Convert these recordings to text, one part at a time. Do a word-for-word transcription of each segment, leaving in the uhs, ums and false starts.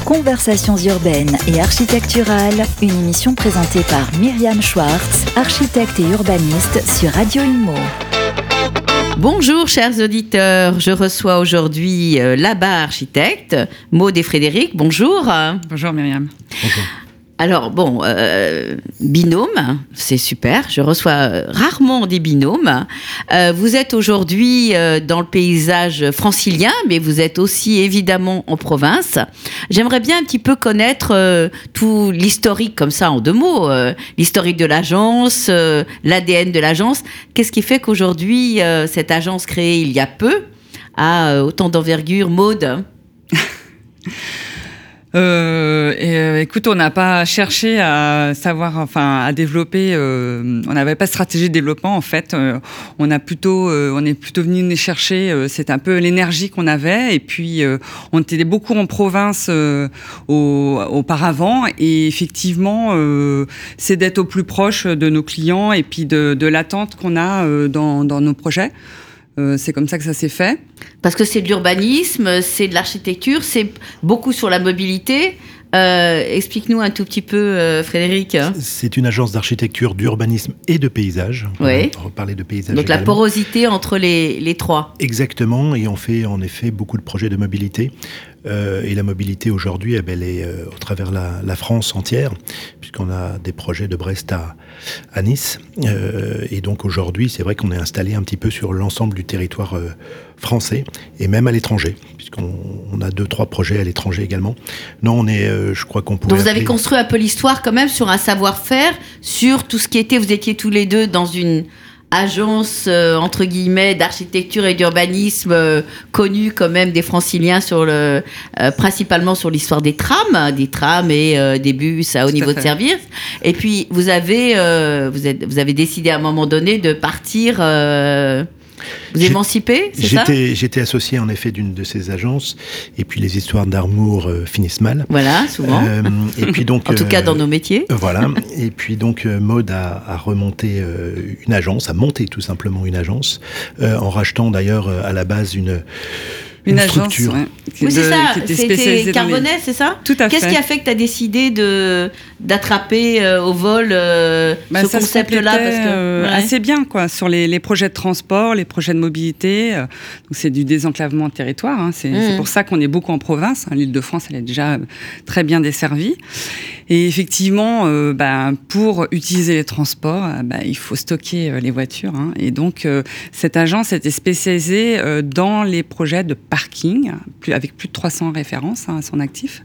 Conversations urbaines et architecturales, une émission présentée par Myriam Schwartz, architecte et urbaniste sur Radio Imo. Bonjour chers auditeurs, je reçois aujourd'hui euh, Là-bas architecte, Maud et Frédéric, bonjour. Bonjour Myriam. Bonjour. Alors bon, euh, binôme, c'est super, je reçois euh, rarement des binômes. Euh, vous êtes aujourd'hui euh, dans le paysage francilien, mais vous êtes aussi évidemment en province. J'aimerais bien un petit peu connaître euh, tout l'historique comme ça en deux mots, euh, l'historique de l'agence, euh, l'A D N de l'agence. Qu'est-ce qui fait qu'aujourd'hui, euh, cette agence créée il y a peu a euh, autant d'envergure, Maud ? Euh, et, euh, écoute, on n'a pas cherché à savoir, enfin, à développer. Euh, on n'avait pas de stratégie de développement en fait. Euh, on a plutôt, euh, on est plutôt venu nous chercher. Euh, c'est un peu l'énergie qu'on avait. Et puis, euh, on était beaucoup en province euh, au, auparavant. Et effectivement, euh, c'est d'être au plus proche de nos clients et puis de, de l'attente qu'on a euh, dans, dans nos projets. Euh, c'est comme ça que ça s'est fait. Parce que c'est de l'urbanisme, c'est de l'architecture, c'est beaucoup sur la mobilité. Euh, explique-nous un tout petit peu, euh, Frédéric. C'est une agence d'architecture, d'urbanisme et de paysage. Oui. On va parler de paysage. Donc également. La porosité entre les, les trois. Exactement, et on fait en effet beaucoup de projets de mobilité. Euh, et la mobilité aujourd'hui, eh ben, elle est euh, au travers la, la France entière, puisqu'on a des projets de Brest à, à Nice. Euh, et donc aujourd'hui, c'est vrai qu'on est installé un petit peu sur l'ensemble du territoire euh, français, et même à l'étranger, puisqu'on on a deux, trois projets à l'étranger également. Non, on est, euh, je crois qu'on pourrait... Donc vous appeler... avez construit un peu l'histoire quand même sur un savoir-faire, sur tout ce qui était... Vous étiez tous les deux dans une... agence, euh, entre guillemets, d'architecture et d'urbanisme euh, connue quand même des franciliens sur le, euh, principalement sur l'histoire des trams, des trams et euh, des bus à haut Tout niveau à de fait. service. Et puis, vous avez, euh, vous, êtes, vous avez décidé à un moment donné de partir, euh, vous J'ai- émanciper, c'est ça ? J'étais, j'étais associé en effet d'une de ces agences, et puis les histoires d'amour euh, finissent mal. Voilà, souvent. Euh, et puis donc, en tout cas, euh, dans nos métiers. Voilà. Et puis donc euh, Maud a, a remonté euh, une agence, a monté tout simplement une agence, euh, en rachetant d'ailleurs euh, à la base une Une, une agence, structure. ouais, qui Oui, de- c'est ça. qui était spécialisée C'était dans les- Carbonnet, c'est ça ? Tout à Qu'est-ce fait. qui a fait que tu as décidé de, d'attraper euh, au vol euh, Bah, ce ça se concept-là complétait, parce que, euh, ouais. assez bien quoi sur les, les projets de transport, les projets de mobilité. euh, donc c'est du désenclavement de territoire. Hein, c'est, Mmh. c'est pour ça qu'on est beaucoup en province. Hein, L'Île-de-France, elle est déjà euh, très bien desservie. Et effectivement, euh, bah, pour utiliser les transports, euh, bah, il faut stocker euh, les voitures. Hein, et donc euh, cette agence était spécialisée euh, dans les projets de parking, plus, avec plus de trois cents références hein, à son actif.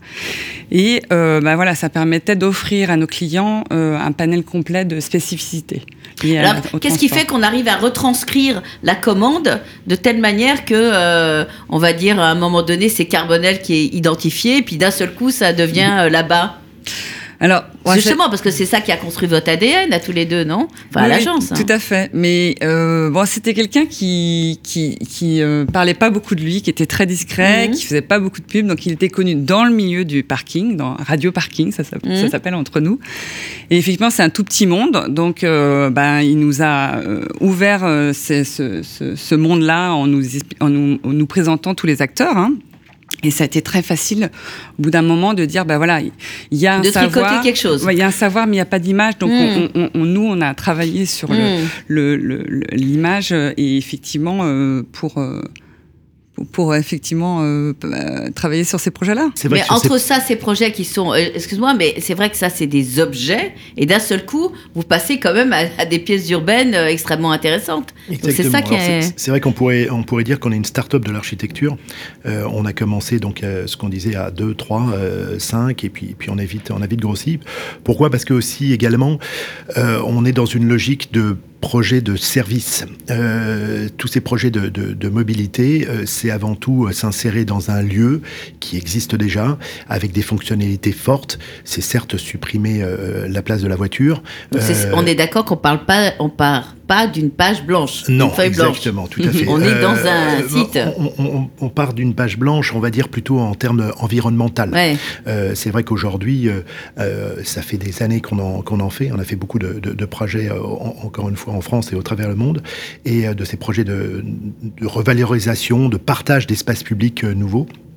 Et euh, bah, voilà, ça permettait d'offrir à nos clients euh, un panel complet de spécificités. liées à- Alors, au qu'est-ce qui transport. fait qu'on arrive à retranscrire la commande de telle manière que, euh, on va dire, à un moment donné, c'est Carbonel qui est identifié, et puis d'un seul coup, ça devient euh, là-bas. Alors, ouais, Justement, parce que c'est ça qui a construit votre A D N à tous les deux, non ? Enfin, à Oui, l'agence. oui, tout à fait. Mais euh, bon, c'était quelqu'un qui qui qui euh, parlait pas beaucoup de lui, qui était très discret, Mhm. qui faisait pas beaucoup de pubs, donc il était connu dans le milieu du parking, dans Radio Parking, ça, s'appelle- Mhm. ça s'appelle entre nous. Et effectivement, c'est un tout petit monde, donc euh, ben il nous a euh, ouvert euh, ce, ce, ce, ce monde-là en nous expli- en nous en nous présentant tous les acteurs. Hein. Et ça a été très facile, au bout d'un moment, de dire, ben voilà, il y a un De tricoter savoir, quelque chose. Ouais, il y a un savoir, mais il n'y a pas d'image. Donc, Mm. on, on, on- nous, on a travaillé sur le, Mm. le, le- le- l'image euh, et effectivement, euh, pour, euh, pour, pour effectivement euh, euh, travailler sur ces projets-là. C'est vrai Mais que entre c'est- ça, ces projets qui sont... euh, excuse-moi, mais c'est vrai que ça, c'est des objets, et d'un seul coup, vous passez quand même à, à des pièces urbaines euh, extrêmement intéressantes. Donc, c'est Exactement. ça qui Alors, est... c'est, c'est vrai qu'on pourrait, on pourrait dire qu'on est une start-up de l'architecture. Euh, on a commencé donc euh, ce qu'on disait à deux, trois, cinq, et puis, puis on, a vite, on a vite grossi. Pourquoi ? Parce que aussi également, euh, on est dans une logique de projets de service. Euh, tous ces projets de, de, de mobilité, euh, c'est avant tout euh, s'insérer dans un lieu qui existe déjà, avec des fonctionnalités fortes. C'est certes supprimer euh, la place de la voiture. Donc, c'est- Euh, on est d'accord qu'on parle pas, on part pas d'une page blanche, Non, d'une feuille blanche. exactement, tout à fait. On est dans Euh, un site. On, on- on part d'une page blanche, on va dire plutôt en termes environnemental. Ouais. Euh, c'est vrai qu'aujourd'hui, euh, euh, ça fait des années qu'on en, qu'on en fait. On a fait beaucoup de, de, de projets, euh, en- encore une fois, en France et au travers le monde, et euh, de ces projets de, de revalorisation, de partage d'espaces publics euh, nouveaux.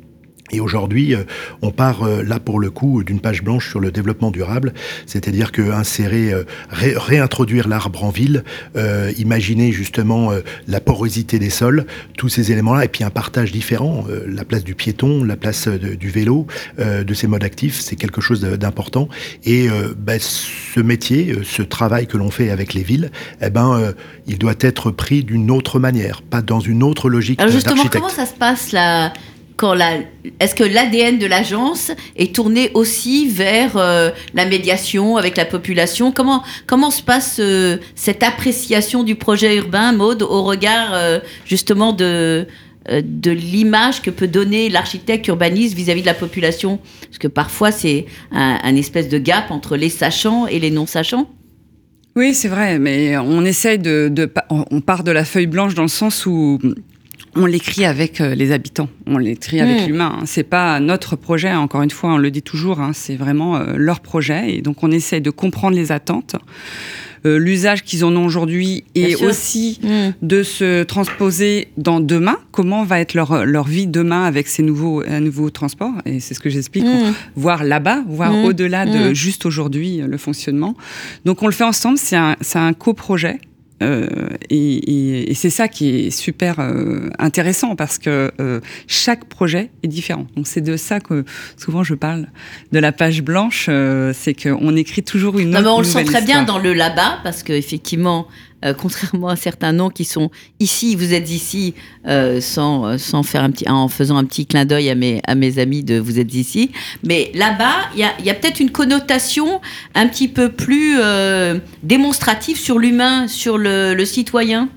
Et aujourd'hui, on part là pour le coup d'une page blanche sur le développement durable, c'est-à-dire que insérer, ré, réintroduire l'arbre en ville, euh, imaginer justement euh, la porosité des sols, tous ces éléments-là, et puis un partage différent, euh, la place du piéton, la place de, du vélo, euh, de ces modes actifs, c'est quelque chose d'important. Et euh, ben, ce métier, ce travail que l'on fait avec les villes, eh ben, euh, il doit être pris d'une autre manière, pas dans une autre logique d'architecte. Alors justement, comment ça se passe là? Quand la, est-ce que l'A D N de l'agence est tourné aussi vers euh, la médiation avec la population? Comment, comment se passe euh, cette appréciation du projet urbain, Maud, au regard euh, justement de, euh, de l'image que peut donner l'architecte urbaniste vis-à-vis de la population? Parce que parfois, c'est un, un espèce de gap entre les sachants et les non-sachants. Oui, c'est vrai, mais on essaye de, de... On part de la feuille blanche dans le sens où... On l'écrit avec les habitants, on l'écrit avec mmh. l'humain. C'est pas notre projet, encore une fois, on le dit toujours, hein, c'est vraiment euh, leur projet. Et donc, on essaye de comprendre les attentes, euh, l'usage qu'ils en ont aujourd'hui et aussi mmh. de se transposer dans demain. Comment va être leur, leur vie demain avec ces nouveaux, euh, nouveaux transports? Et c'est ce que j'explique, mmh. voir là-bas, voir mmh. au-delà de mmh. juste aujourd'hui le fonctionnement. Donc, on le fait ensemble, c'est un, c'est un coprojet. Euh, et, et, et c'est ça qui est super euh, intéressant parce que euh, chaque projet est différent. Donc c'est de ça que souvent je parle de la page blanche, euh, c'est qu'on écrit toujours une autre non, mais on le sent très histoire. Bien dans le là-bas parce que effectivement, euh, contrairement à certains noms qui sont ici, vous êtes ici euh, sans sans faire un petit, en faisant un petit clin d'œil à mes à mes amis de vous êtes ici, mais là-bas il y a il y a peut-être une connotation un petit peu plus euh, démonstrative sur l'humain, sur le, le citoyen.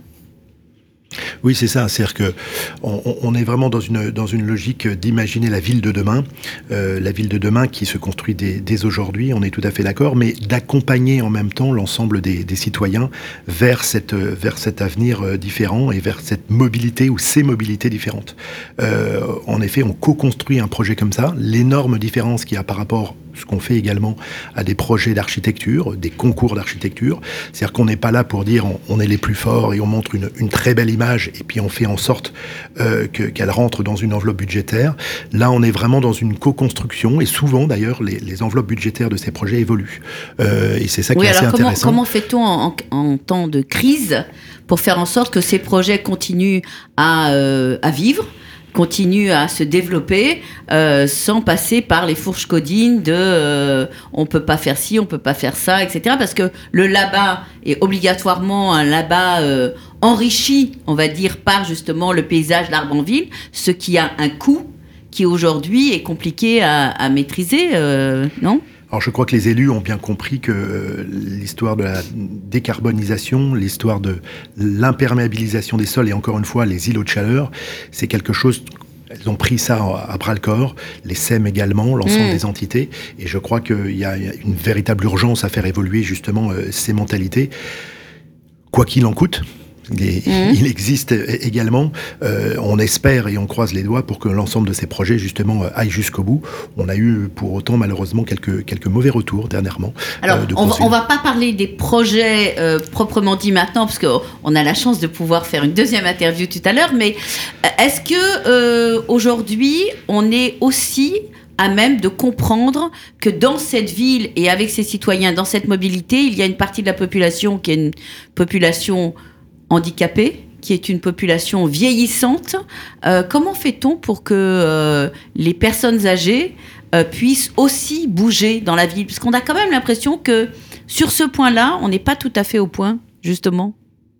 Oui, c'est ça. C'est-à-dire que on, on est vraiment dans une dans une logique d'imaginer la ville de demain, euh, la ville de demain qui se construit dès, dès aujourd'hui. On est tout à fait d'accord, mais d'accompagner en même temps l'ensemble des, des citoyens vers cette vers cet avenir différent et vers cette mobilité ou ces mobilités différentes. Euh, en effet, on co-construit un projet comme ça. L'énorme différence qu'il y a par rapport ce qu'on fait également à des projets d'architecture, des concours d'architecture. C'est-à-dire qu'on n'est pas là pour dire on, on est les plus forts et on montre une, une très belle image et puis on fait en sorte euh, que, qu'elle rentre dans une enveloppe budgétaire. Là, on est vraiment dans une co-construction et souvent, d'ailleurs, les, les enveloppes budgétaires de ces projets évoluent. Euh, et c'est ça qui oui, est assez alors comment, intéressant. Comment fait-on en, en, en temps de crise pour faire en sorte que ces projets continuent à, euh, à vivre, continue à se développer euh, sans passer par les fourches codines de euh, on peut pas faire ci, on peut pas faire ça, et cetera. Parce que le là-bas est obligatoirement un là-bas euh, enrichi, on va dire, par justement le paysage, l'arbre en ville, ce qui a un coût qui aujourd'hui est compliqué à, à maîtriser, euh, non ? Alors je crois que les élus ont bien compris que euh, l'histoire de la décarbonisation, l'histoire de l'imperméabilisation des sols et encore une fois les îlots de chaleur, c'est quelque chose, elles ont pris ça à bras-le-corps, les S E M également, l'ensemble mmh. des entités, et je crois qu'il y a une véritable urgence à faire évoluer justement euh, ces mentalités, quoi qu'il en coûte. Il, est, mmh. il existe également, euh, on espère et on croise les doigts pour que l'ensemble de ces projets justement aillent jusqu'au bout. On a eu pour autant malheureusement quelques, quelques mauvais retours dernièrement. Alors euh, on, va, on va pas parler des projets euh, proprement dit maintenant parce qu'on a la chance de pouvoir faire une deuxième interview tout à l'heure, mais est-ce que euh, aujourd'hui on est aussi à même de comprendre que dans cette ville et avec ses citoyens, dans cette mobilité, il y a une partie de la population qui est une population handicapée, qui est une population vieillissante. Euh, comment fait-on pour que euh, les personnes âgées euh, puissent aussi bouger dans la ville ? Parce qu'on a quand même l'impression que sur ce point-là, on n'est pas tout à fait au point, justement.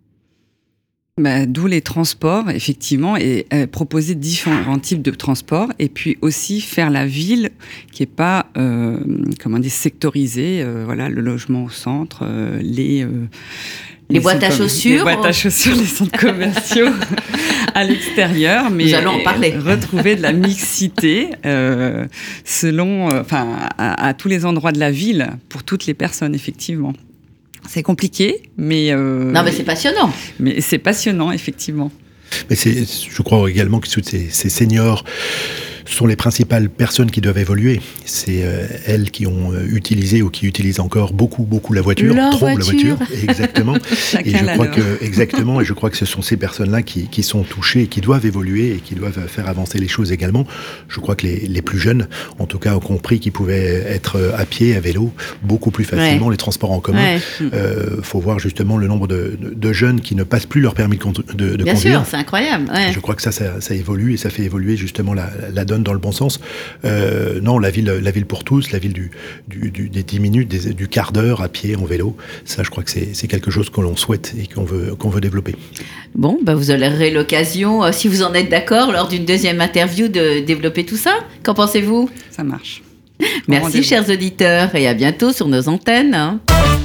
Bah, d'où les transports, effectivement, et euh, proposer différents types de transports, et puis aussi faire la ville qui n'est pas, euh, comment dire, sectorisée. Euh, voilà, le logement au centre, euh, les... Euh, Les, les boîtes à chaussures. Les boîtes à chaussures, les centres commerciaux à l'extérieur. Mais nous allons en parler. Retrouver de la mixité euh, selon, enfin, euh, à, à tous les endroits de la ville, pour toutes les personnes, effectivement. C'est compliqué, mais... Euh, non, mais c'est passionnant. Mais c'est passionnant, effectivement. Mais c'est, je crois également que ces, ces seniors ce sont les principales personnes qui doivent évoluer. C'est euh, elles qui ont euh, utilisé ou qui utilisent encore beaucoup, beaucoup la voiture, leur trop voiture. la voiture, exactement. et je crois que exactement, et je crois que ce sont ces personnes-là qui, qui sont touchées et qui doivent évoluer et qui doivent faire avancer les choses également. Je crois que les, les plus jeunes, en tout cas, ont compris qu'ils pouvaient être à pied, à vélo, beaucoup plus facilement, ouais. les transports en commun. Il ouais. euh, faut voir justement le nombre de, de, de jeunes qui ne passent plus leur permis de, de, de Bien conduire. sûr, c'est incroyable. Ouais. Je crois que ça, ça, ça évolue et ça fait évoluer justement la, la donne dans le bon sens. Euh, non, la ville, la ville pour tous, la ville du, du, du, des dix minutes, des, du quart d'heure à pied, en vélo, ça, je crois que c'est, c'est quelque chose que l'on souhaite et qu'on veut, qu'on veut développer. Bon, bah vous aurez l'occasion, euh, si vous en êtes d'accord, lors d'une deuxième interview, de développer tout ça. Qu'en pensez-vous ? Ça marche. Merci, chers auditeurs, et à bientôt sur nos antennes.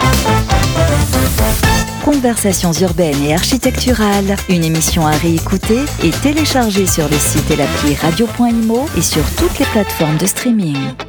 Conversations urbaines et architecturales, une émission à réécouter et télécharger sur le site et l'appli radio point imo et sur toutes les plateformes de streaming.